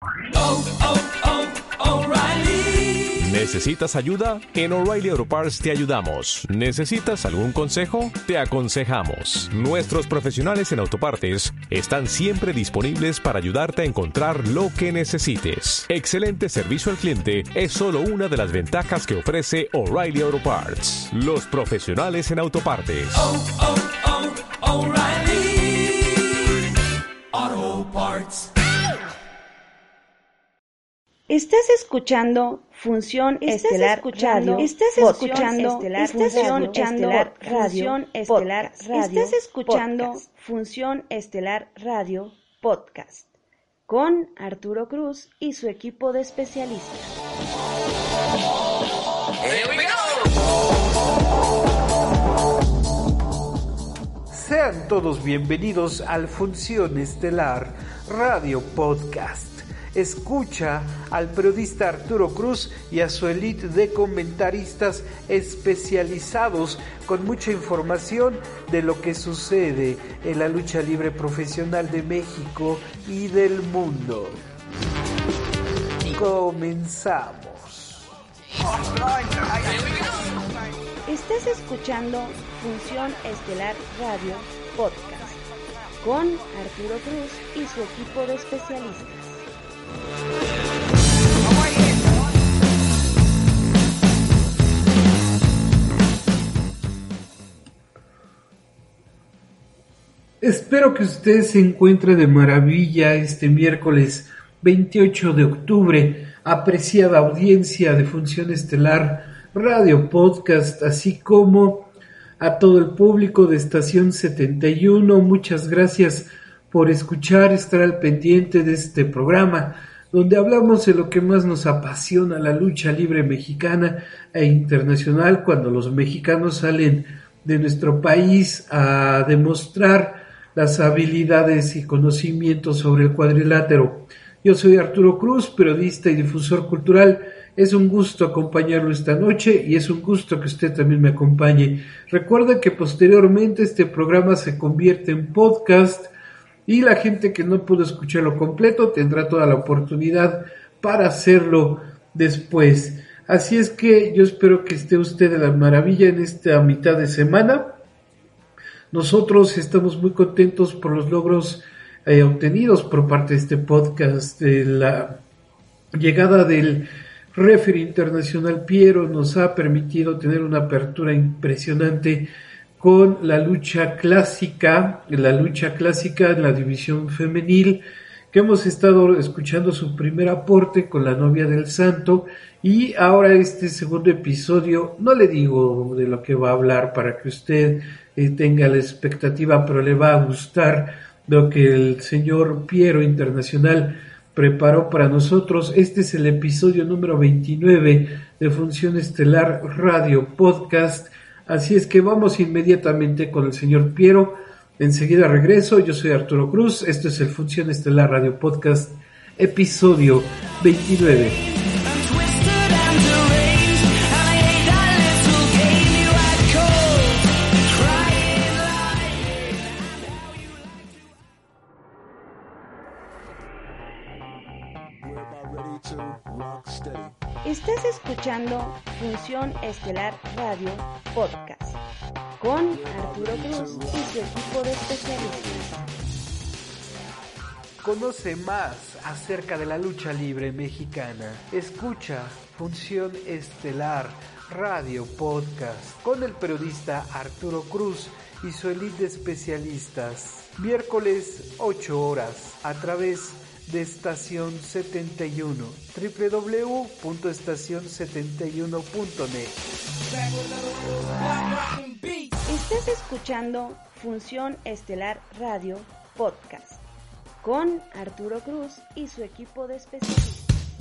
O'Reilly. ¿Necesitas ayuda? En O'Reilly Auto Parts te ayudamos. ¿Necesitas algún consejo? Te aconsejamos. Nuestros profesionales en autopartes están siempre disponibles para ayudarte a encontrar lo que necesites. Excelente servicio al cliente es solo una de las ventajas que ofrece O'Reilly Auto Parts. Los profesionales en autopartes. O'Reilly Auto Parts. Estás escuchando Función Estelar Radio. Estás escuchando Función Estelar Radio Podcast con Arturo Cruz y su equipo de especialistas. Sean todos bienvenidos al Función Estelar Radio Podcast. Escucha al periodista Arturo Cruz y a su elite de comentaristas especializados con mucha información de lo que sucede en la lucha libre profesional de México y del mundo. Comenzamos. Estás escuchando Función Estelar Radio Podcast con Arturo Cruz y su equipo de especialistas. Espero que usted se encuentre de maravilla este miércoles 28 de octubre, apreciada audiencia de Función Estelar Radio Podcast, así como a todo el público de Estación 71. Muchas gracias por escuchar, estar al pendiente de este programa, donde hablamos de lo que más nos apasiona, la lucha libre mexicana e internacional, cuando los mexicanos salen de nuestro país a demostrar las habilidades y conocimientos sobre el cuadrilátero. Yo soy Arturo Cruz, periodista y difusor cultural. Es un gusto acompañarlo esta noche y es un gusto que usted también me acompañe. Recuerda que posteriormente este programa se convierte en podcast y la gente que no pudo escucharlo completo tendrá toda la oportunidad para hacerlo después. Así es que yo espero que esté usted de la maravilla en esta mitad de semana. Nosotros estamos muy contentos por los logros obtenidos por parte de este podcast. De la llegada del referee internacional Piero nos ha permitido tener una apertura impresionante con la lucha clásica en la división femenil, que hemos estado escuchando su primer aporte con la novia del santo, y ahora este segundo episodio, no le digo de lo que va a hablar para que usted tenga la expectativa, pero le va a gustar lo que el señor Piero Internacional preparó para nosotros. Este es el episodio número 29 de Función Estelar Radio Podcast. Así es que vamos inmediatamente con el señor Piero. Enseguida regreso. Yo soy Arturo Cruz. Esto es el Función Estelar Radio Podcast, episodio 29. Estás escuchando Función Estelar Radio Podcast con Arturo Cruz y su equipo de especialistas. Conoce más acerca de la lucha libre mexicana. Escucha Función Estelar Radio Podcast con el periodista Arturo Cruz y su elite de especialistas. Miércoles 8 horas a través de Estación 71, www.estacion71.net. Estás escuchando Función Estelar Radio Podcast con Arturo Cruz y su equipo de especialistas.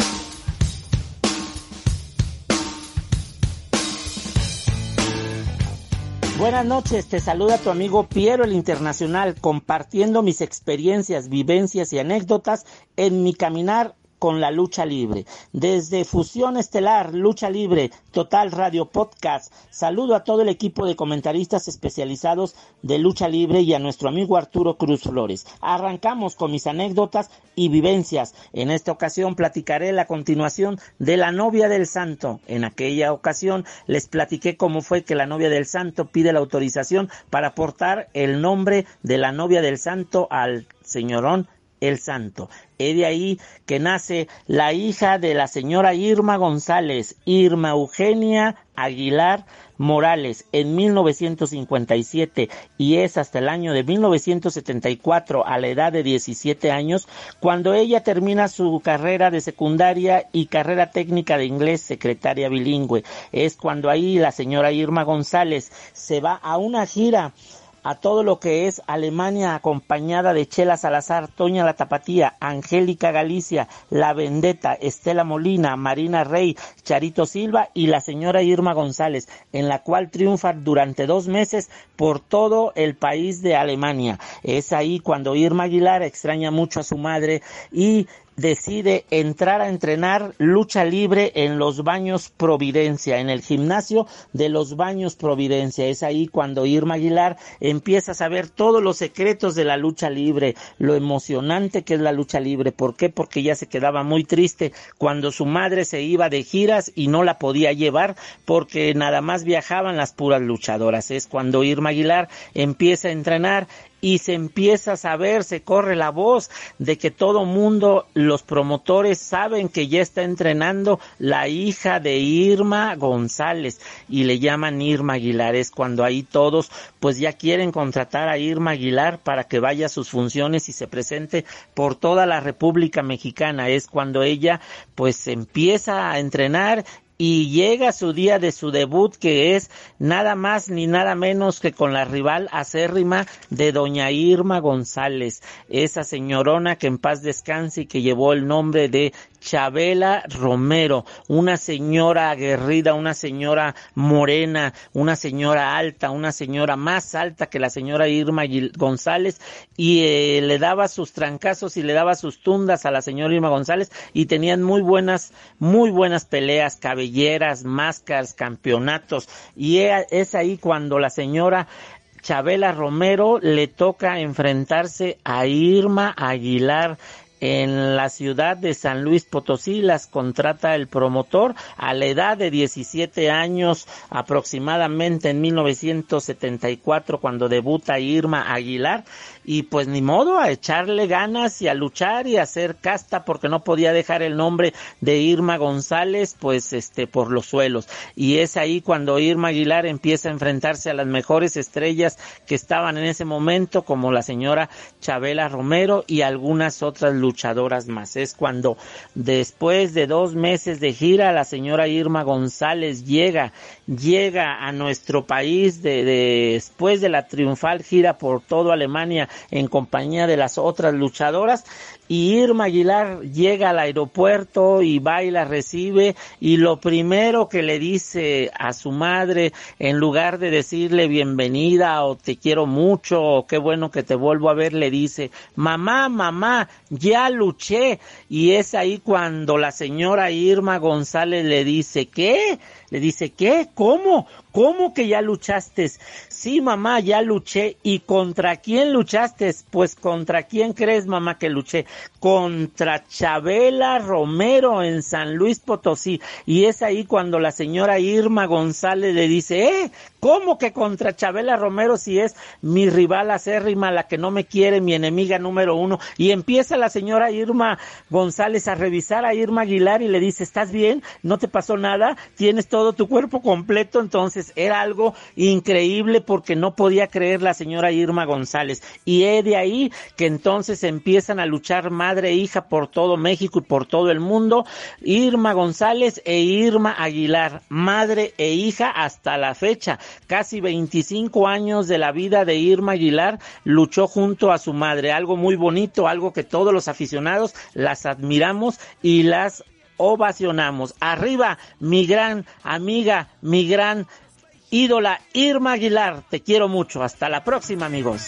Buenas noches, te saluda tu amigo Piero el Internacional, compartiendo mis experiencias, vivencias y anécdotas en mi caminar con la lucha libre. Desde Fusión Estelar, Lucha Libre, Total Radio Podcast, saludo a todo el equipo de comentaristas especializados de lucha libre y a nuestro amigo Arturo Cruz Flores. Arrancamos con mis anécdotas y vivencias. En esta ocasión platicaré la continuación de La Novia del Santo. En aquella ocasión les platiqué cómo fue que la Novia del Santo pide la autorización para aportar el nombre de la Novia del Santo al señorón el Santo. Es de ahí que nace la hija de la señora Irma González, Irma Eugenia Aguilar Morales, en 1957, y es hasta el año de 1974, a la edad de 17 años, cuando ella termina su carrera de secundaria y carrera técnica de inglés, secretaria bilingüe. Es cuando ahí la señora Irma González se va a una gira a todo lo que es Alemania, acompañada de Chela Salazar, Toña la Tapatía, Angélica Galicia, La Vendetta, Estela Molina, Marina Rey, Charito Silva y la señora Irma González, en la cual triunfa durante 2 meses por todo el país de Alemania. Es ahí cuando Irma Aguilar extraña mucho a su madre y decide entrar a entrenar lucha libre en los Baños Providencia, en el gimnasio de los Baños Providencia. Es ahí cuando Irma Aguilar empieza a saber todos los secretos de la lucha libre, lo emocionante que es la lucha libre. ¿Por qué? Porque ella se quedaba muy triste cuando su madre se iba de giras y no la podía llevar porque nada más viajaban las puras luchadoras. Es cuando Irma Aguilar empieza a entrenar y se empieza a saber, se corre la voz de que todo mundo, los promotores saben que ya está entrenando la hija de Irma González y le llaman Irma Aguilar. Es cuando ahí todos pues ya quieren contratar a Irma Aguilar para que vaya a sus funciones y se presente por toda la República Mexicana. Es cuando ella pues empieza a entrenar y llega su día de su debut, que es nada más ni nada menos que con la rival acérrima de doña Irma González, esa señorona que en paz descanse y que llevó el nombre de Chabela Romero, una señora aguerrida, una señora morena, una señora alta, una señora más alta que la señora Irma González, y le daba sus trancazos y le daba sus tundas a la señora Irma González, y tenían muy buenas peleas, cabelleras, máscaras, campeonatos, y es ahí cuando la señora Chabela Romero le toca enfrentarse a Irma Aguilar en la ciudad de San Luis Potosí. Las contrata el promotor a la edad de 17 años aproximadamente, en 1974, cuando debuta Irma Aguilar, y pues ni modo, a echarle ganas y a luchar y a hacer casta, porque no podía dejar el nombre de Irma González pues por los suelos. Y es ahí cuando Irma Aguilar empieza a enfrentarse a las mejores estrellas que estaban en ese momento, como la señora Chabela Romero y algunas otras luchadoras más. Es cuando después de 2 meses de gira, la señora Irma González llega a nuestro país después de la triunfal gira por toda Alemania en compañía de las otras luchadoras, y Irma Aguilar llega al aeropuerto y va y la recibe, y lo primero que le dice a su madre, en lugar de decirle bienvenida o te quiero mucho o qué bueno que te vuelvo a ver, le dice mamá, ya luché. Y es ahí cuando la señora Irma González le dice ¿qué? ¿Cómo? ¿Cómo que ya luchaste? Sí, mamá, ya luché. ¿Y contra quién luchaste? Pues, ¿contra quién crees, mamá, que luché? Contra Chabela Romero en San Luis Potosí. Y es ahí cuando la señora Irma González le dice, ¿cómo que contra Chabela Romero si es mi rival acérrima, la que no me quiere, mi enemiga número 1? Y empieza la señora Irma González a revisar a Irma Aguilar y le dice, ¿estás bien? ¿No te pasó nada? ¿Tienes todo tu cuerpo completo? Entonces era algo increíble porque no podía creer la señora Irma González. Y es de ahí que entonces empiezan a luchar madre e hija por todo México y por todo el mundo. Irma González e Irma Aguilar, madre e hija hasta la fecha. Casi 25 años de la vida de Irma Aguilar luchó junto a su madre. Algo muy bonito, algo que todos los aficionados las admiramos y las ovacionamos. Arriba, mi gran amiga, mi gran ídola Irma Aguilar, te quiero mucho. Hasta la próxima, amigos.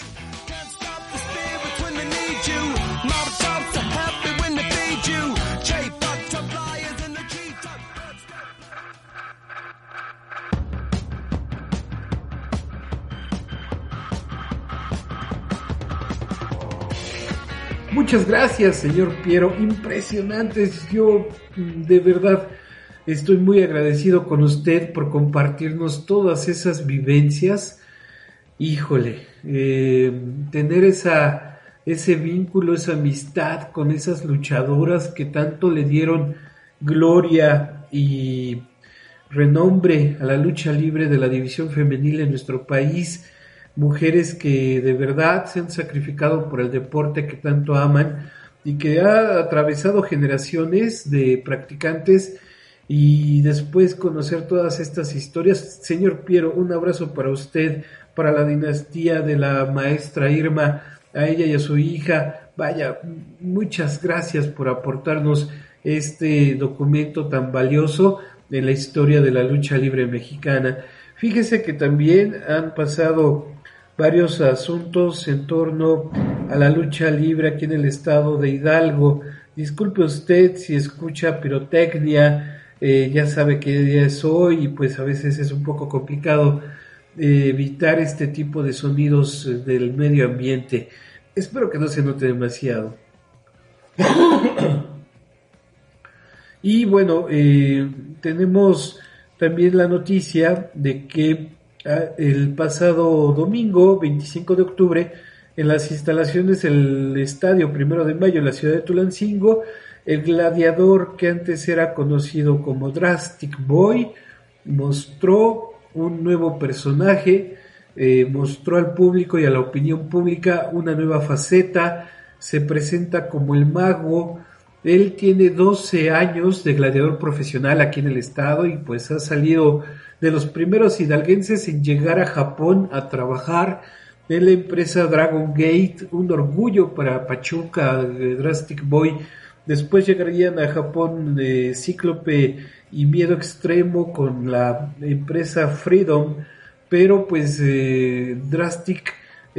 Muchas gracias, señor Piero. Impresionantes. Yo de verdad estoy muy agradecido con usted por compartirnos todas esas vivencias. Híjole, tener ese vínculo, esa amistad con esas luchadoras que tanto le dieron gloria y renombre a la lucha libre de la división femenil en nuestro país. Mujeres que de verdad se han sacrificado por el deporte que tanto aman y que ha atravesado generaciones de practicantes, y después conocer todas estas historias. Señor Piero, un abrazo para usted, para la dinastía de la maestra Irma, a ella y a su hija. Vaya, muchas gracias por aportarnos este documento tan valioso de la historia de la lucha libre mexicana. Fíjese que también han pasado varios asuntos en torno a la lucha libre aquí en el estado de Hidalgo. Disculpe usted si escucha pirotecnia, ya sabe qué día es hoy y pues a veces es un poco complicado evitar este tipo de sonidos del medio ambiente. Espero que no se note demasiado. Y bueno, tenemos también la noticia de que el pasado domingo 25 de octubre, en las instalaciones del Estadio 1 de Mayo en la ciudad de Tulancingo, el gladiador que antes era conocido como Drastic Boy mostró un nuevo personaje, mostró al público y a la opinión pública una nueva faceta. Se presenta como el mago. Él tiene 12 años de gladiador profesional aquí en el estado y pues ha salido de los primeros hidalguenses en llegar a Japón a trabajar en la empresa Dragon Gate, un orgullo para Pachuca, Drastic Boy. Después llegarían a Japón Cíclope y Miedo Extremo con la empresa Freedom, pero pues Drastic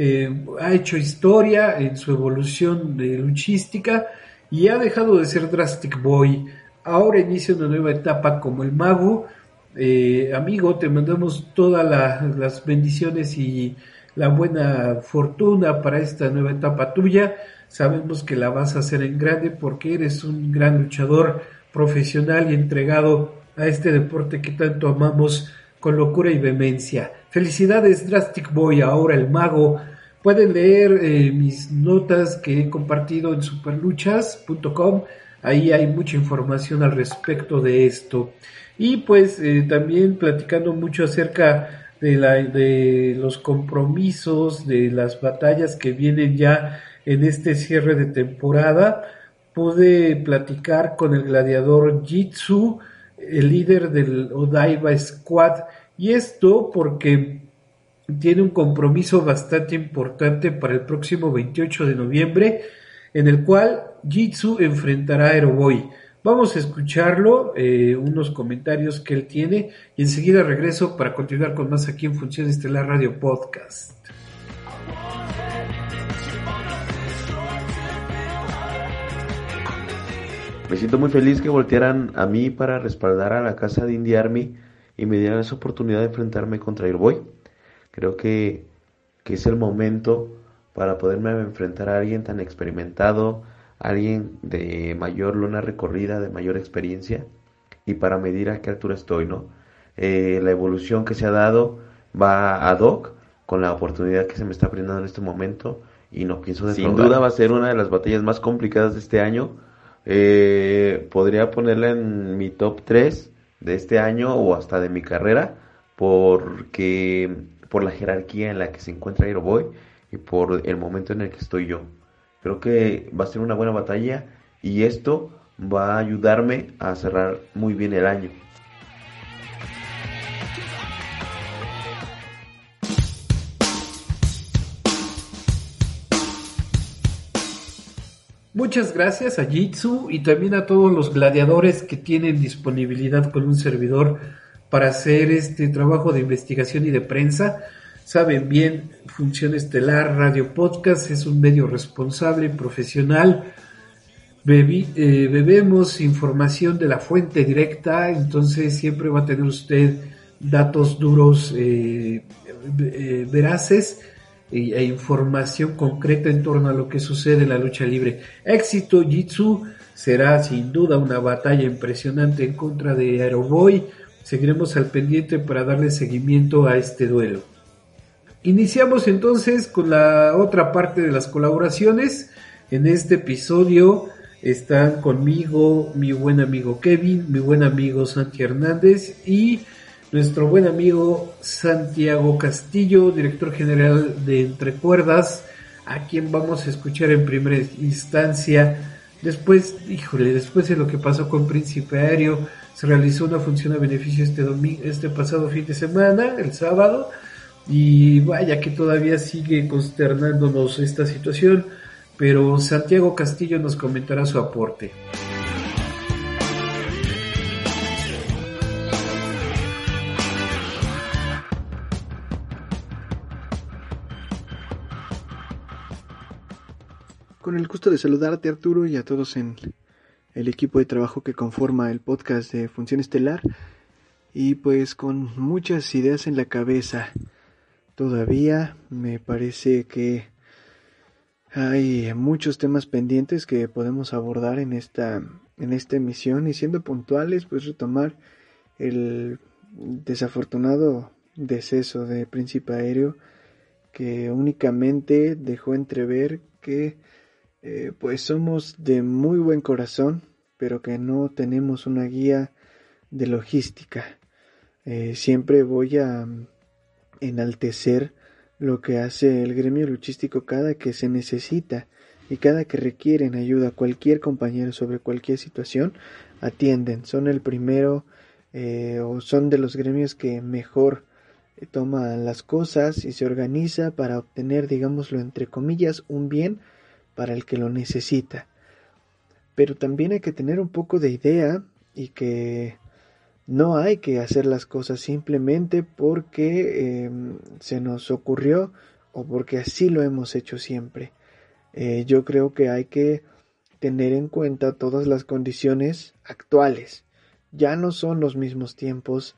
ha hecho historia en su evolución de luchística y ha dejado de ser Drastic Boy. Ahora inicia una nueva etapa como el mago. Amigo, te mandamos todas las bendiciones y la buena fortuna para esta nueva etapa tuya. Sabemos que la vas a hacer en grande porque eres un gran luchador profesional y entregado a este deporte que tanto amamos con locura y vehemencia. Felicidades, Drastic Boy, ahora el mago. Pueden leer mis notas que he compartido en superluchas.com. Ahí hay mucha información al respecto de esto. Y pues también platicando mucho acerca de los compromisos, de las batallas que vienen ya en este cierre de temporada. Pude platicar con el gladiador Jitsu, el líder del Odaiba Squad, y esto porque tiene un compromiso bastante importante para el próximo 28 de noviembre, en el cual Jitsu enfrentará a Aeroboy. Vamos a escucharlo, unos comentarios que él tiene, y enseguida regreso para continuar con más aquí en Función Estelar Radio Podcast. Me siento muy feliz que voltearan a mí para respaldar a la casa de Indie Army y me dieran esa oportunidad de enfrentarme contra Airboy. Creo que es el momento para poderme enfrentar a alguien tan experimentado, alguien de mayor lona recorrida, de mayor experiencia, y para medir a qué altura estoy, ¿no? La evolución que se ha dado va ad hoc con la oportunidad que se me está brindando en este momento y no pienso defraudar. Sin duda va a ser una de las batallas más complicadas de este año. Podría ponerla en mi top 3 de este año o hasta de mi carrera, porque por la jerarquía en la que se encuentra Aeroboy y por el momento en el que estoy yo. Creo que va a ser una buena batalla y esto va a ayudarme a cerrar muy bien el año. Muchas gracias a Jitsu y también a todos los gladiadores que tienen disponibilidad con un servidor para hacer este trabajo de investigación y de prensa. Saben bien, Función Estelar Radio Podcast es un medio responsable, profesional, bebemos información de la fuente directa, entonces siempre va a tener usted datos duros, veraces e información concreta en torno a lo que sucede en la lucha libre. Éxito Jitsu será sin duda una batalla impresionante en contra de Aeroboy. Seguiremos al pendiente para darle seguimiento a este duelo. Iniciamos entonces con la otra parte de las colaboraciones. En este episodio están conmigo mi buen amigo Kevin, mi buen amigo Santi Hernández y nuestro buen amigo Santiago Castillo, director general de Entre Cuerdas, a quien vamos a escuchar en primera instancia. Después de lo que pasó con Príncipe Aéreo, se realizó una función a beneficio este pasado fin de semana, el sábado, y vaya que todavía sigue consternándonos esta situación, pero Santiago Castillo nos comentará su aporte. Con el gusto de saludarte, Arturo, y a todos en el equipo de trabajo que conforma el podcast de Función Estelar, y pues con muchas ideas en la cabeza. Todavía me parece que hay muchos temas pendientes que podemos abordar en esta emisión, y siendo puntuales, pues retomar el desafortunado deceso de Príncipe Aéreo, que únicamente dejó entrever que pues somos de muy buen corazón, pero que no tenemos una guía de logística. Siempre voy a enaltecer lo que hace el gremio luchístico cada que se necesita y cada que requieren ayuda. Cualquier compañero sobre cualquier situación atienden. Son el primero o son de los gremios que mejor toma las cosas y se organiza para obtener, digámoslo entre comillas, un bien para el que lo necesita. Pero también hay que tener un poco de idea y que no hay que hacer las cosas simplemente porque se nos ocurrió o porque así lo hemos hecho siempre. Yo creo que hay que tener en cuenta todas las condiciones actuales. Ya no son los mismos tiempos.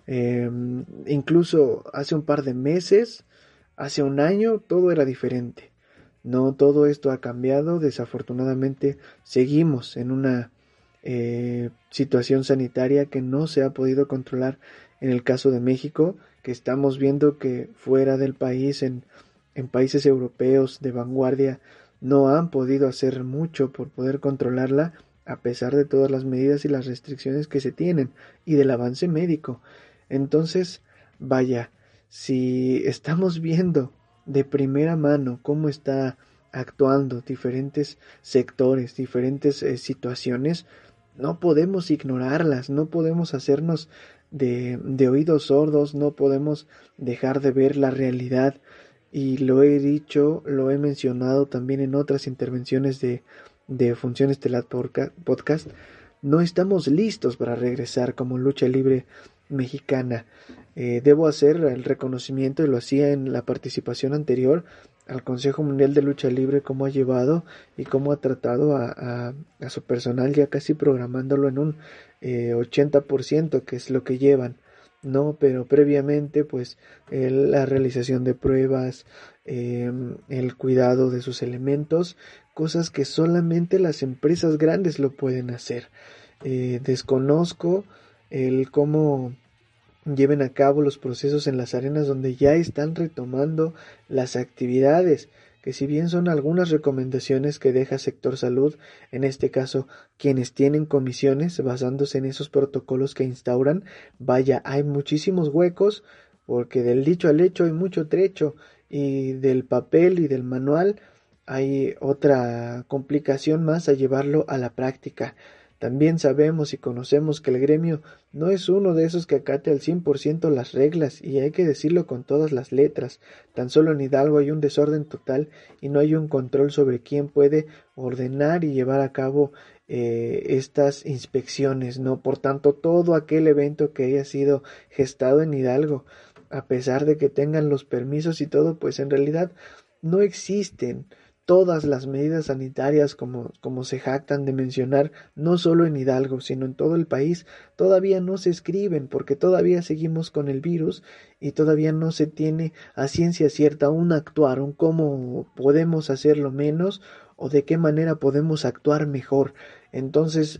Incluso hace un par de meses, hace un año, todo era diferente. No todo esto ha cambiado. Desafortunadamente seguimos en una situación sanitaria que no se ha podido controlar en el caso de México, que estamos viendo que fuera del país, en países europeos de vanguardia, no han podido hacer mucho por poder controlarla, a pesar de todas las medidas y las restricciones que se tienen y del avance médico. Entonces, vaya, si estamos viendo de primera mano cómo está actuando diferentes sectores, diferentes situaciones, no podemos ignorarlas, no podemos hacernos de oídos sordos, no podemos dejar de ver la realidad. Y lo he dicho, lo he mencionado también en otras intervenciones de Función Estelar Podcast, no estamos listos para regresar como lucha libre mexicana. Debo hacer el reconocimiento, y lo hacía en la participación anterior, al Consejo Mundial de Lucha Libre, cómo ha llevado y cómo ha tratado a su personal, ya casi programándolo en un 80%, que es lo que llevan, ¿no? Pero previamente, pues, la realización de pruebas, el cuidado de sus elementos, cosas que solamente las empresas grandes lo pueden hacer. Desconozco el cómo lleven a cabo los procesos en las arenas donde ya están retomando las actividades, que si bien son algunas recomendaciones que deja sector salud, en este caso quienes tienen comisiones basándose en esos protocolos que instauran, vaya, hay muchísimos huecos, porque del dicho al hecho hay mucho trecho, y del papel y del manual hay otra complicación más a llevarlo a la práctica. También sabemos y conocemos que el gremio no es uno de esos que acate al 100% las reglas, y hay que decirlo con todas las letras. Tan solo en Hidalgo hay un desorden total y no hay un control sobre quién puede ordenar y llevar a cabo estas inspecciones, ¿no? Por tanto, todo aquel evento que haya sido gestado en Hidalgo, a pesar de que tengan los permisos y todo, pues en realidad no existen. todas las medidas sanitarias como se jactan de mencionar, no solo en Hidalgo, sino en todo el país, todavía no se escriben porque todavía seguimos con el virus y todavía no se tiene a ciencia cierta un actuar, un cómo podemos hacerlo menos o de qué manera podemos actuar mejor. Entonces,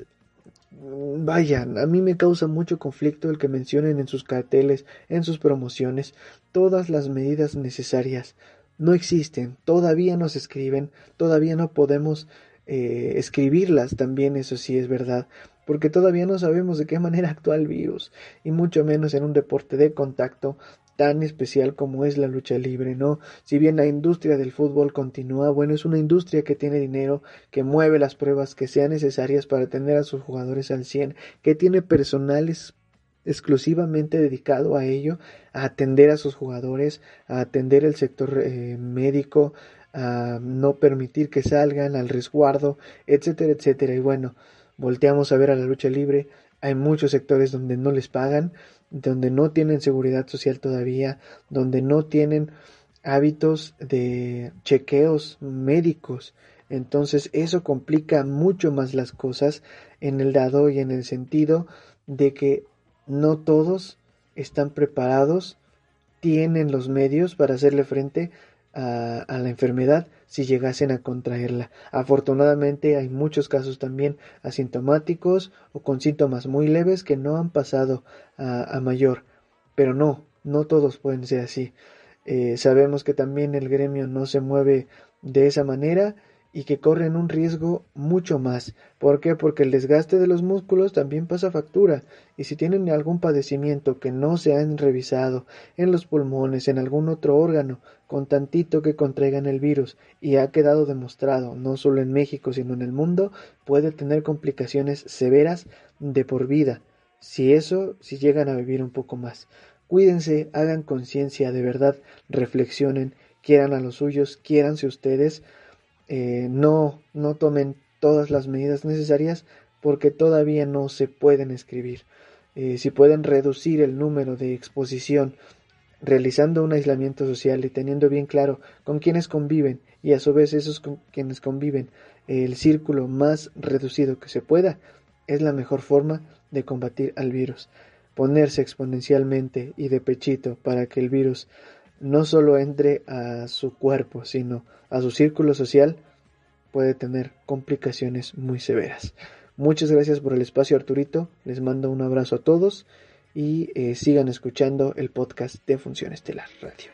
vaya, a mí me causa mucho conflicto el que mencionen en sus carteles, en sus promociones, todas las medidas necesarias. No existen, todavía no se escriben, todavía no podemos escribirlas también, eso sí es verdad, porque todavía no sabemos de qué manera actúa el virus, y mucho menos en un deporte de contacto tan especial como es la lucha libre, ¿no? Si bien la industria del fútbol continúa, bueno, es una industria que tiene dinero, que mueve las pruebas que sean necesarias para tener a sus jugadores al 100, que tiene personales exclusivamente dedicado a ello, a atender a sus jugadores, a atender el sector médico, a no permitir que salgan, al resguardo, etcétera, etcétera. Y bueno, volteamos a ver a la lucha libre, hay muchos sectores donde no les pagan, donde no tienen seguridad social todavía, donde no tienen hábitos de chequeos médicos. Entonces eso complica mucho más las cosas en el dado y en el sentido de que no todos están preparados, tienen los medios para hacerle frente a la enfermedad si llegasen a contraerla. Afortunadamente hay muchos casos también asintomáticos o con síntomas muy leves que no han pasado a mayor, pero no todos pueden ser así. Sabemos que también el gremio no se mueve de esa manera y que corren un riesgo mucho más. ¿Por qué? Porque el desgaste de los músculos también pasa factura, y si tienen algún padecimiento que no se han revisado en los pulmones, en algún otro órgano, con tantito que contraigan el virus, y ha quedado demostrado, no solo en México sino en el mundo, puede tener complicaciones severas de por vida, si llegan a vivir un poco más. Cuídense, hagan conciencia, de verdad, reflexionen, quieran a los suyos, quiéranse ustedes. No tomen todas las medidas necesarias porque todavía no se pueden escribir. Si pueden reducir el número de exposición realizando un aislamiento social y teniendo bien claro con quienes conviven y a su vez esos con quienes conviven el círculo más reducido que se pueda, es la mejor forma de combatir al virus. Ponerse exponencialmente y de pechito para que el virus no solo entre a su cuerpo, sino a su círculo social, puede tener complicaciones muy severas. Muchas gracias por el espacio, Arturito. Les mando un abrazo a todos y sigan escuchando el podcast de Función Estelar Radio.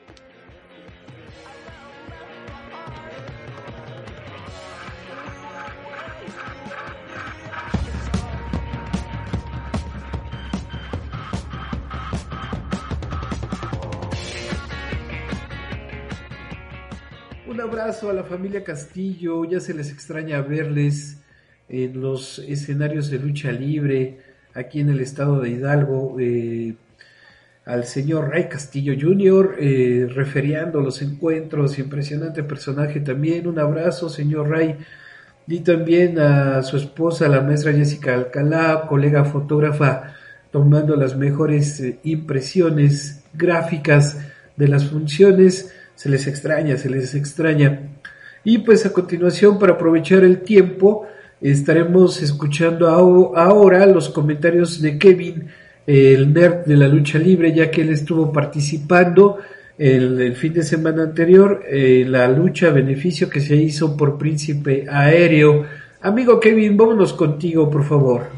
Un abrazo a la familia Castillo, ya se les extraña verles en los escenarios de lucha libre aquí en el estado de Hidalgo, al señor Ray Castillo Jr., referiando los encuentros, impresionante personaje también. Un abrazo, señor Ray, y también a su esposa, la maestra Jessica Alcalá, colega fotógrafa, tomando las mejores impresiones gráficas de las funciones. Se les extraña. Y pues a continuación, para aprovechar el tiempo, estaremos escuchando ahora los comentarios de Kevin, el nerd de la lucha libre, ya que él estuvo participando el fin de semana anterior en la lucha a beneficio que se hizo por Príncipe Aéreo. Amigo Kevin, vámonos contigo, por favor.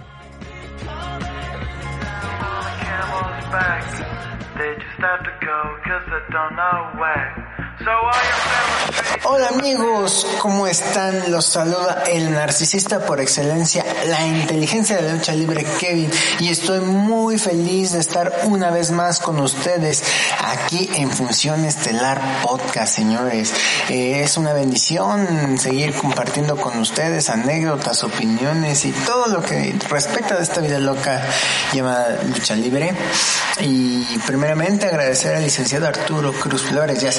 Hola amigos, ¿cómo están? Los saluda el narcisista por excelencia, la inteligencia de la lucha libre, Kevin, y estoy muy feliz de estar una vez más con ustedes aquí en Función Estelar Podcast, señores. Es una bendición seguir compartiendo con ustedes anécdotas, opiniones y todo lo que respecta de esta vida loca llamada lucha libre. Y primeramente agradecer al licenciado Arturo Cruz Flores, ya sabes, el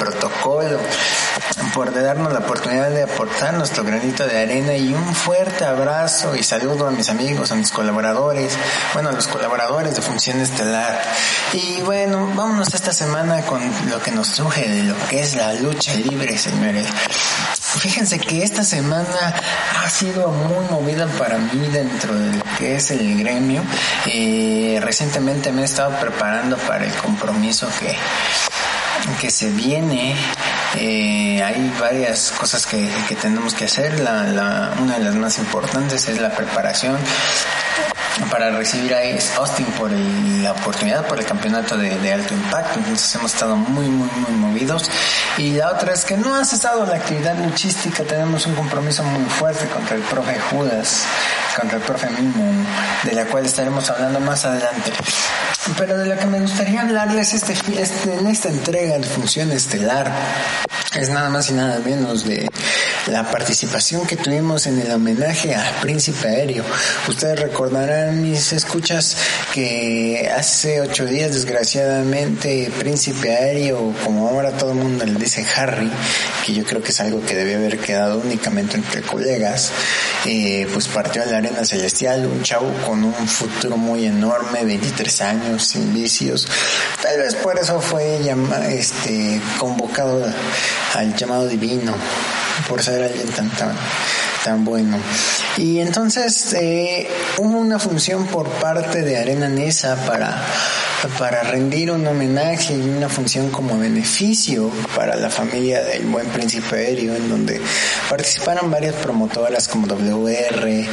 protocolo, por darnos la oportunidad de aportar nuestro granito de arena, y un fuerte abrazo y saludo a mis amigos, a mis colaboradores, bueno, a los colaboradores de Función Estelar. Y bueno, vámonos esta semana con lo que nos surge de lo que es la lucha libre, señores. Fíjense que esta semana ha sido muy movida para mí dentro de lo que es el gremio. Recientemente me he estado preparando para el compromiso que se viene. Hay varias cosas que tenemos que hacer. Una de las más importantes es la preparación para recibir a Austin por la oportunidad, por el campeonato de alto impacto. Entonces hemos estado muy movidos. Y la otra es que no ha cesado la actividad luchística. Tenemos un compromiso muy fuerte contra el profe Judas, contra el profe Mimo, de la cual estaremos hablando más adelante. Pero de lo que me gustaría hablarles en esta entrega de Función Estelar es nada más y nada menos de la participación que tuvimos en el homenaje a Príncipe Aéreo. Ustedes recordarán, mis escuchas, que hace 8 días, desgraciadamente, Príncipe Aéreo, como ahora todo el mundo le dice Harry, que yo creo que es algo que debe haber quedado únicamente entre colegas, pues partió a la Arena Celestial, un chavo con un futuro muy enorme, 23 años, sin vicios. Tal vez por eso fue convocado al llamado divino, por ser alguien tan bueno. Y entonces hubo una función por parte de Arena Nesa para rendir un homenaje y una función como beneficio para la familia del buen Príncipe Aéreo, en donde participaron varias promotoras como WR,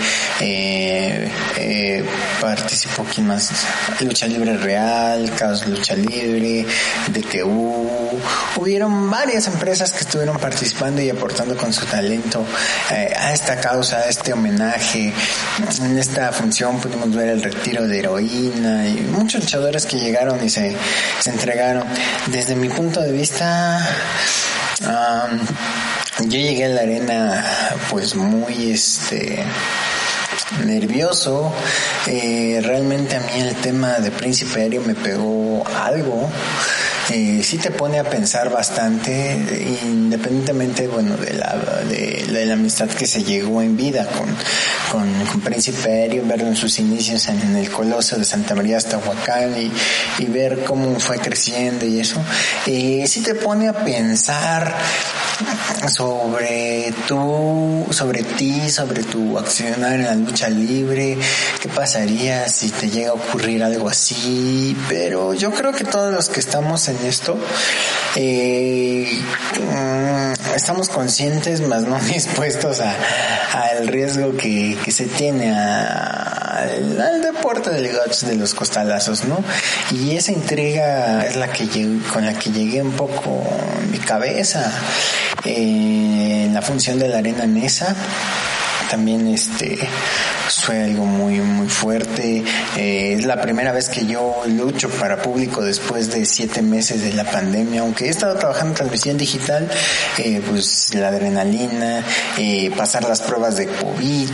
participó ¿quién más? Lucha Libre Real, Caos Lucha Libre, DTU. Hubieron varias empresas que estuvieron participando y aportando con su talento a esta causa, a este homenaje. En esta función pudimos ver el retiro de Heroína y muchos luchadores que llegaron y se entregaron. Desde mi punto de vista, yo llegué a la arena pues muy nervioso. Realmente a mí el tema de Príncipe Aéreo me pegó algo. Sí te pone a pensar bastante, independientemente, bueno, de la amistad que se llegó en vida con Príncipe Aéreo, verlo en sus inicios en el Coloso de Santa María hasta Huacán y ver cómo fue creciendo y eso. Sí te pone a pensar sobre ti, sobre tu accionar en la lucha libre, qué pasaría si te llega a ocurrir algo así. Pero yo creo que todos los que estamos en esto estamos conscientes, más no dispuestos al riesgo que se tiene al deporte del guts, de los costalazos, ¿no? Y esa intriga es con la que llegué un poco en mi cabeza en la función de la Arena Nesa. También fue algo muy fuerte. Es la primera vez que yo lucho para público después de 7 meses de la pandemia, aunque he estado trabajando en transmisión digital. Pues la adrenalina, pasar las pruebas de COVID,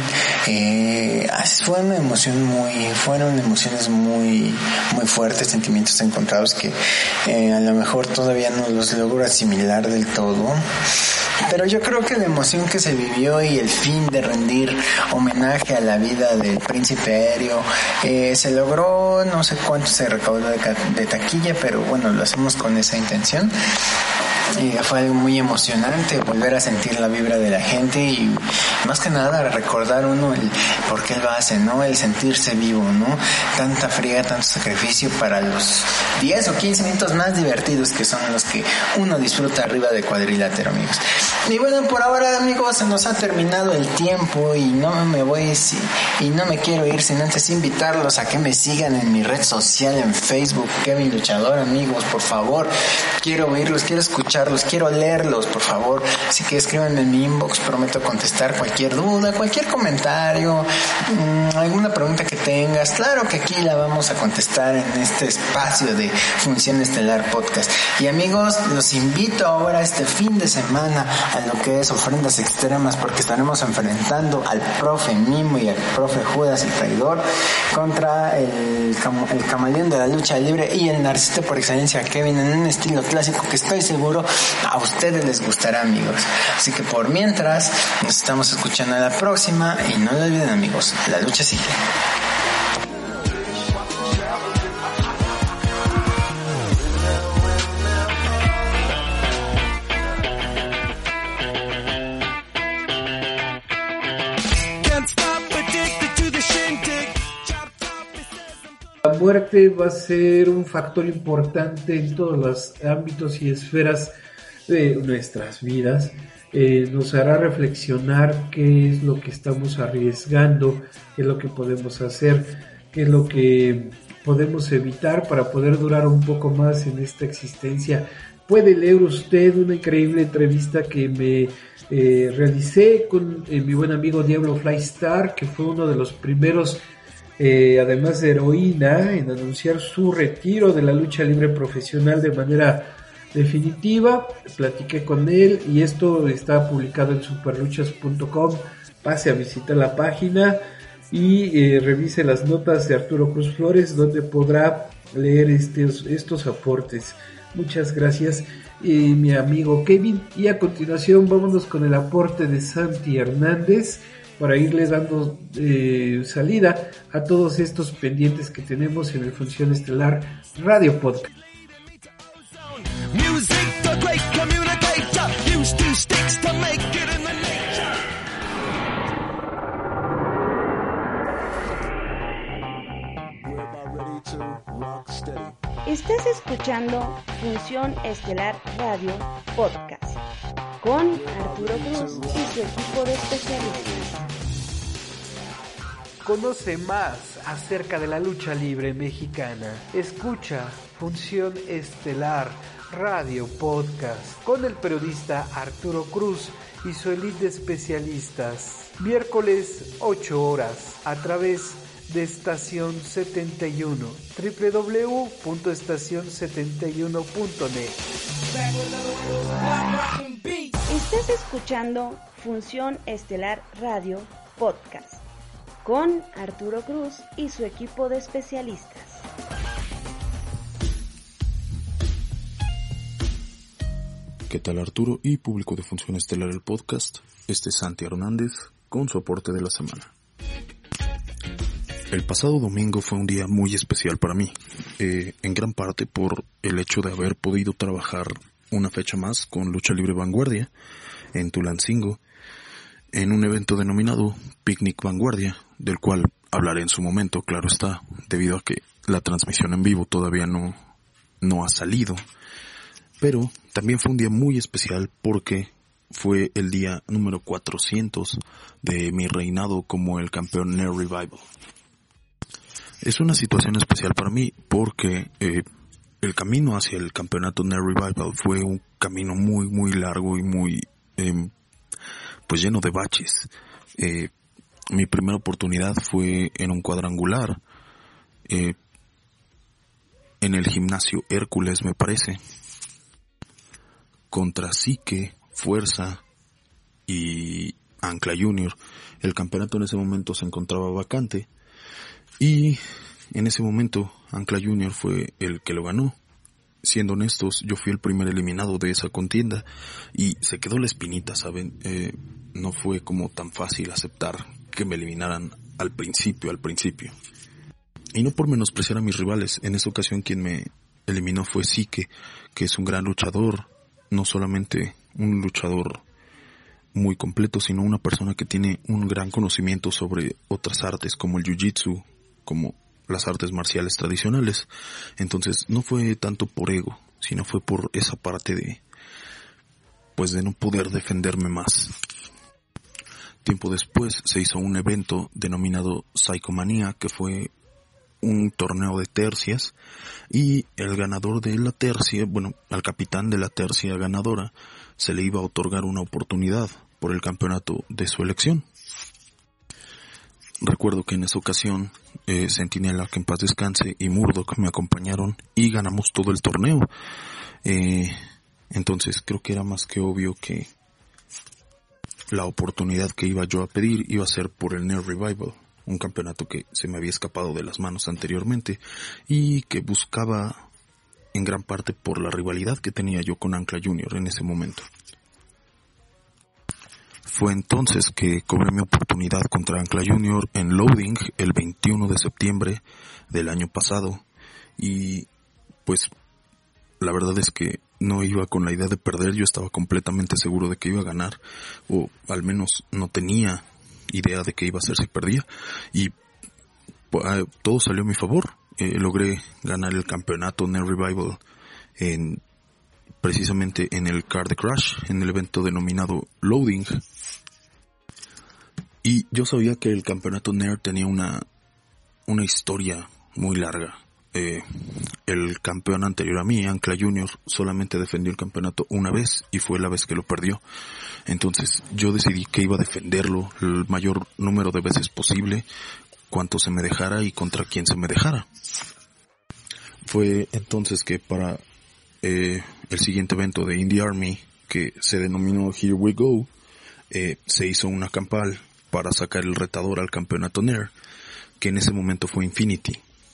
fueron emociones muy fuertes, sentimientos encontrados que a lo mejor todavía no los logro asimilar del todo. Pero yo creo que la emoción que se vivió y el fin de rendir homenaje a la vida del Príncipe Aéreo se logró. No sé cuánto se recaudó de taquilla, pero bueno, lo hacemos con esa intención. Fue algo muy emocionante volver a sentir la vibra de la gente y más que nada recordar uno el por qué lo hace, ¿no? El sentirse vivo, ¿no? Tanta friega, tanto sacrificio para los 10 o 15 minutos más divertidos que son los que uno disfruta arriba del cuadrilátero, amigos. Y bueno, por ahora, amigos, se nos ha terminado el tiempo y no me quiero ir sin antes invitarlos a que me sigan en mi red social en Facebook, Kevin Luchador, amigos, por favor. Quiero oírlos, quiero escucharlos, quiero leerlos, por favor. Así que escríbanme en mi inbox, prometo contestar cualquier duda, cualquier comentario, alguna pregunta que tengas. Claro que aquí la vamos a contestar en este espacio de Función Estelar Podcast. Y amigos, los invito ahora este fin de semana a lo que es Ofrendas Extremas, porque estaremos enfrentando al profe Mimo y al profe Judas el Traidor contra el camaleón de la lucha libre y el narcisista por excelencia Kevin, en un estilo clásico que estoy seguro a ustedes les gustará, amigos. Así que por mientras, nos estamos escuchando a la próxima y no lo olviden, amigos, la lucha sigue. La muerte va a ser un factor importante en todos los ámbitos y esferas de nuestras vidas. Nos hará reflexionar qué es lo que estamos arriesgando, qué es lo que podemos hacer, qué es lo que podemos evitar para poder durar un poco más en esta existencia. Puede leer usted una increíble entrevista que me realicé con mi buen amigo Diablo Flystar, que fue uno de los primeros, además de heroína, en anunciar su retiro de la lucha libre profesional de manera definitiva. Platiqué con él y esto está publicado en superluchas.com. Pase a visitar la página y revise las notas de Arturo Cruz Flores, donde podrá leer estos aportes. Muchas gracias, mi amigo Kevin. Y a continuación vámonos con el aporte de Santi Hernández para irle dando salida a todos estos pendientes que tenemos en el Función Estelar Radio Podcast. Estás escuchando Función Estelar Radio Podcast con Arturo Cruz y su equipo de especialistas. Conoce más acerca de la lucha libre mexicana. Escucha Función Estelar Radio Podcast con el periodista Arturo Cruz y su elite de especialistas. Miércoles 8 horas a través de Estación 71, www.estacion71.net. Estás escuchando Función Estelar Radio Podcast con Arturo Cruz y su equipo de especialistas. ¿Qué tal, Arturo y público de Función Estelar el podcast? Este es Santi Hernández con su aporte de la semana. El pasado domingo fue un día muy especial para mí, en gran parte por el hecho de haber podido trabajar una fecha más con Lucha Libre Vanguardia en Tulancingo, en un evento denominado Picnic Vanguardia, del cual hablaré en su momento, claro está, debido a que la transmisión en vivo todavía no ha salido. Pero también fue un día muy especial porque fue el día número 400 de mi reinado como el campeón Near Revival. Es una situación especial para mí porque el camino hacia el campeonato Near Revival fue un camino muy muy largo y muy pues lleno de baches. Mi primera oportunidad fue en un cuadrangular en el gimnasio Hércules, me parece, contra Psique, Fuerza y Ancla Junior. El campeonato en ese momento se encontraba vacante y en ese momento Ancla Junior fue el que lo ganó. Siendo honestos, yo fui el primer eliminado de esa contienda y se quedó la espinita, ¿saben? No fue como tan fácil aceptar que me eliminaran al principio. Y no por menospreciar a mis rivales, en esa ocasión quien me eliminó fue Psique, que es un gran luchador, no solamente un luchador muy completo, sino una persona que tiene un gran conocimiento sobre otras artes como el jiu-jitsu, como las artes marciales tradicionales. Entonces no fue tanto por ego, sino fue por esa parte de no poder defenderme más. Tiempo después se hizo un evento denominado Psychomanía, que fue un torneo de tercias, y el ganador de la tercia, al capitán de la tercia ganadora, se le iba a otorgar una oportunidad por el campeonato de su elección. Recuerdo que en esa ocasión Centinela, que en paz descanse, y Murdoch me acompañaron y ganamos todo el torneo. Entonces creo que era más que obvio que la oportunidad que iba yo a pedir iba a ser por el Near Revival, un campeonato que se me había escapado de las manos anteriormente y que buscaba en gran parte por la rivalidad que tenía yo con Ancla Junior en ese momento. Fue entonces que cobré mi oportunidad contra Ancla Junior en Loading el 21 de septiembre del año pasado, y pues la verdad es que no iba con la idea de perder. Yo estaba completamente seguro de que iba a ganar, o al menos no tenía idea de qué iba a hacer si perdía, y todo salió a mi favor. Logré ganar el campeonato Near Revival precisamente en el Car de Crash, en el evento denominado Loading. Y yo sabía que el campeonato Near tenía una historia muy larga. El campeón anterior a mí, Ancla Junior, solamente defendió el campeonato una vez y fue la vez que lo perdió. Entonces yo decidí que iba a defenderlo el mayor número de veces posible, cuanto se me dejara y contra quien se me dejara. Fue entonces que para el siguiente evento de Indie Army, que se denominó Here We Go, se hizo una campal para sacar el retador al campeonato Nair, que en ese momento fue Infinity.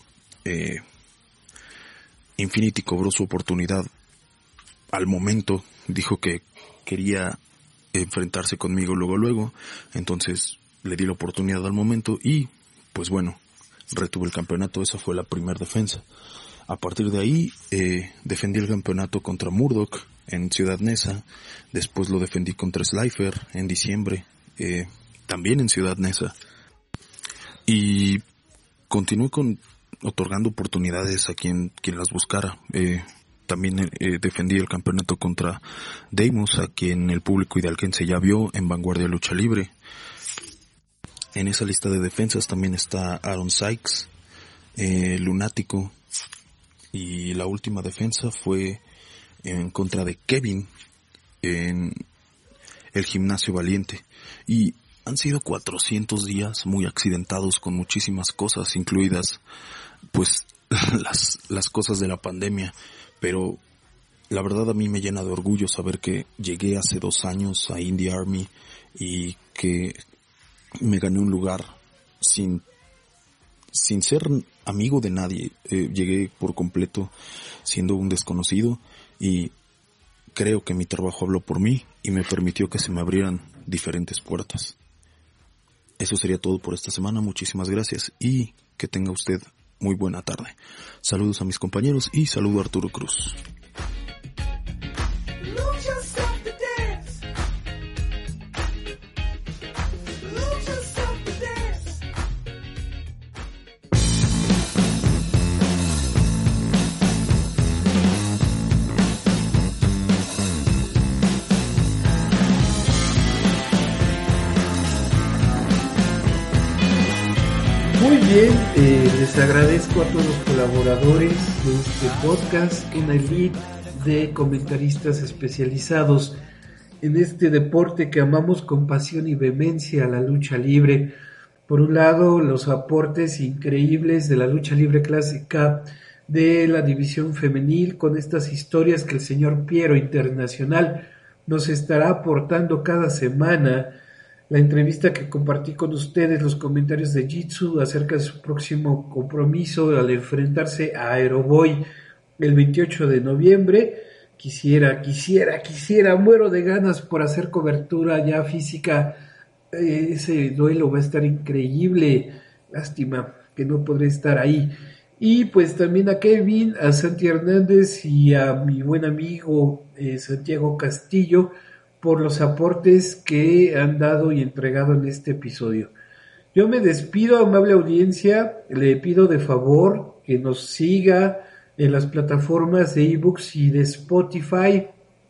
Infinity cobró su oportunidad al momento, dijo que quería enfrentarse conmigo luego, entonces le di la oportunidad al momento y pues bueno, retuve el campeonato. Esa fue la primera defensa. A partir de ahí defendí el campeonato contra Murdoch en Ciudad Neza, después lo defendí contra Slifer en diciembre, también en Ciudad Neza, y continué otorgando oportunidades a quien las buscara. También defendí el campeonato contra Deimos, a quien el público hidalguense ya vio en Vanguardia Lucha Libre. En esa lista de defensas también está Aaron Sykes, Lunático, y la última defensa fue en contra de Kevin en el Gimnasio Valiente. Y han sido 400 días muy accidentados, con muchísimas cosas, incluidas pues las cosas de la pandemia, pero la verdad a mí me llena de orgullo saber que llegué hace 2 años a Indie Army y que me gané un lugar sin ser amigo de nadie. Llegué por completo siendo un desconocido y creo que mi trabajo habló por mí y me permitió que se me abrieran diferentes puertas. Eso sería todo por esta semana. Muchísimas gracias y que tenga usted muy buena tarde. Saludos a mis compañeros y saludo a Arturo Cruz. Muy bien, les agradezco a todos los colaboradores de este podcast, una elite de comentaristas especializados en este deporte que amamos con pasión y vehemencia, la lucha libre. Por un lado, los aportes increíbles de la lucha libre clásica de la división femenil, con estas historias que el señor Piero Internacional nos estará aportando cada semana. La entrevista que compartí con ustedes, los comentarios de Jitsu acerca de su próximo compromiso al enfrentarse a Aeroboy el 28 de noviembre. Quisiera, muero de ganas por hacer cobertura ya física. Ese duelo va a estar increíble. Lástima que no podré estar ahí. Y pues también a Kevin, a Santi Hernández y a mi buen amigo Santiago Castillo, por los aportes que han dado y entregado en este episodio. Yo me despido, amable audiencia, le pido de favor que nos siga en las plataformas de ebooks y de Spotify.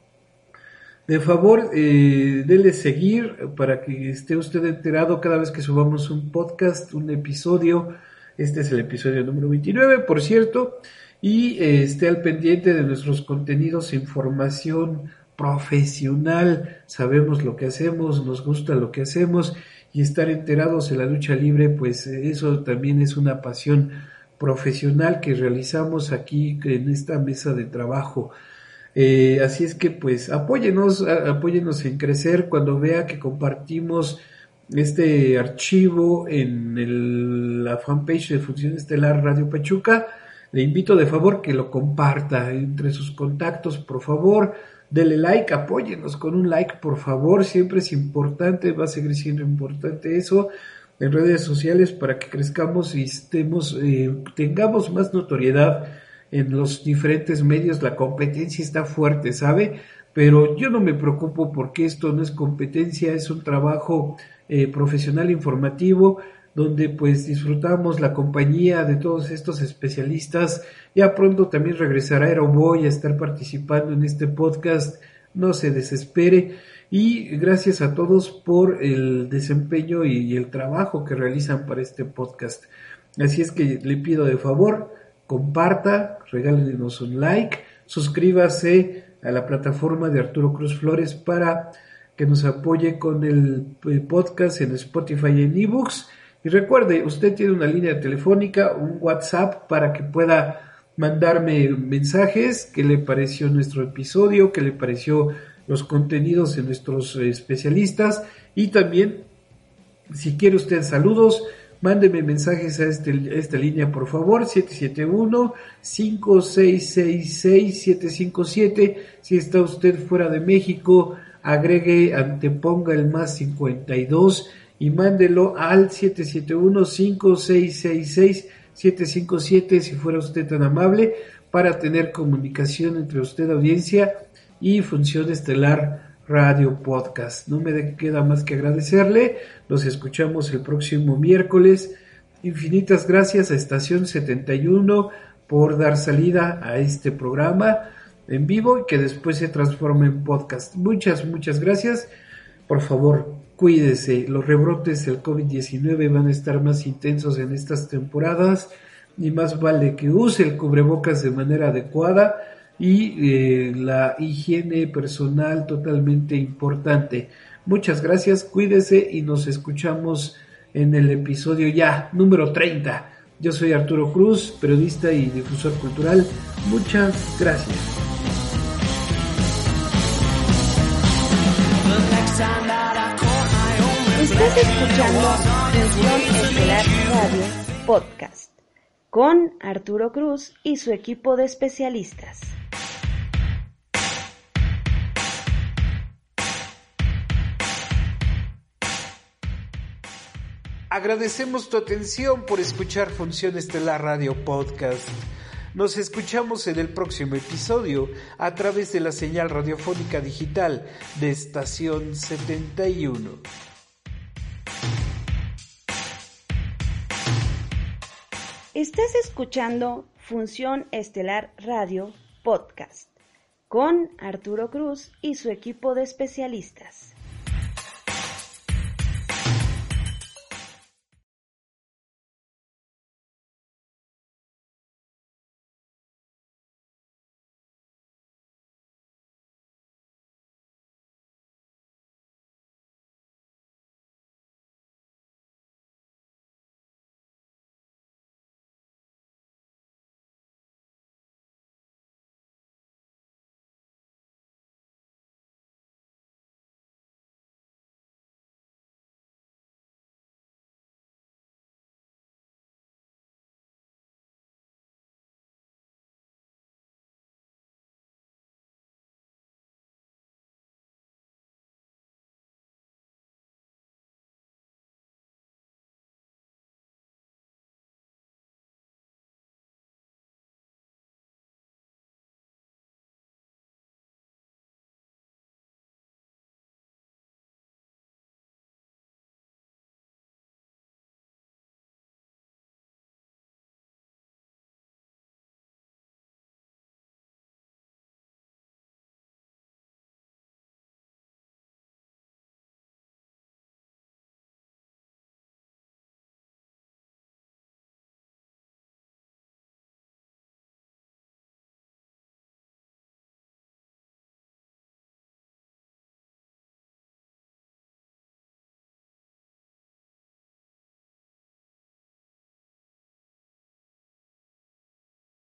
De favor, denle seguir para que esté usted enterado cada vez que subamos un podcast, un episodio. Este es el episodio número 29, por cierto, y esté al pendiente de nuestros contenidos e información profesional. Sabemos lo que hacemos, nos gusta lo que hacemos, y estar enterados en la lucha libre, pues eso también es una pasión profesional que realizamos aquí en esta mesa de trabajo. Así es que pues apóyenos en crecer. Cuando vea que compartimos este archivo en la fanpage de Función Estelar Radio Pachuca, le invito de favor que lo comparta entre sus contactos, por favor. Dele like, apóyenos con un like, por favor, siempre es importante, va a seguir siendo importante eso en redes sociales para que crezcamos y tengamos más notoriedad en los diferentes medios. La competencia está fuerte, ¿sabe? Pero yo no me preocupo porque esto no es competencia, es un trabajo profesional informativo donde pues disfrutamos la compañía de todos estos especialistas. Ya pronto también regresará Aeroboy a estar participando en este podcast, no se desespere, y gracias a todos por el desempeño y el trabajo que realizan para este podcast. Así es que le pido de favor, comparta, regálenos un like, suscríbase a la plataforma de Arturo Cruz Flores para que nos apoye con el podcast en Spotify y en eBooks. Y recuerde, usted tiene una línea telefónica, un WhatsApp para que pueda mandarme mensajes, qué le pareció nuestro episodio, qué le pareció los contenidos de nuestros especialistas, y también si quiere usted saludos, mándeme mensajes a esta línea, por favor, 771-5666-757. Si está usted fuera de México, anteponga el más 52 y mándelo al 771-5666-757, si fuera usted tan amable, para tener comunicación entre usted, audiencia, y Función Estelar Radio Podcast. No me queda más que agradecerle. Nos escuchamos el próximo miércoles. Infinitas gracias a Estación 71 por dar salida a este programa en vivo y que después se transforme en podcast. Muchas gracias. Por favor, cuídese. Los rebrotes del COVID-19 van a estar más intensos en estas temporadas y más vale que use el cubrebocas de manera adecuada y la higiene personal totalmente importante. Muchas gracias, cuídese y nos escuchamos en el episodio ya número 30. Yo soy Arturo Cruz, periodista y difusor cultural. Muchas gracias. Estás escuchando Función Estelar Radio Podcast con Arturo Cruz y su equipo de especialistas. Agradecemos tu atención por escuchar Función Estelar Radio Podcast. Nos escuchamos en el próximo episodio a través de la señal radiofónica digital de Estación 71. Estás escuchando Función Estelar Radio Podcast con Arturo Cruz y su equipo de especialistas.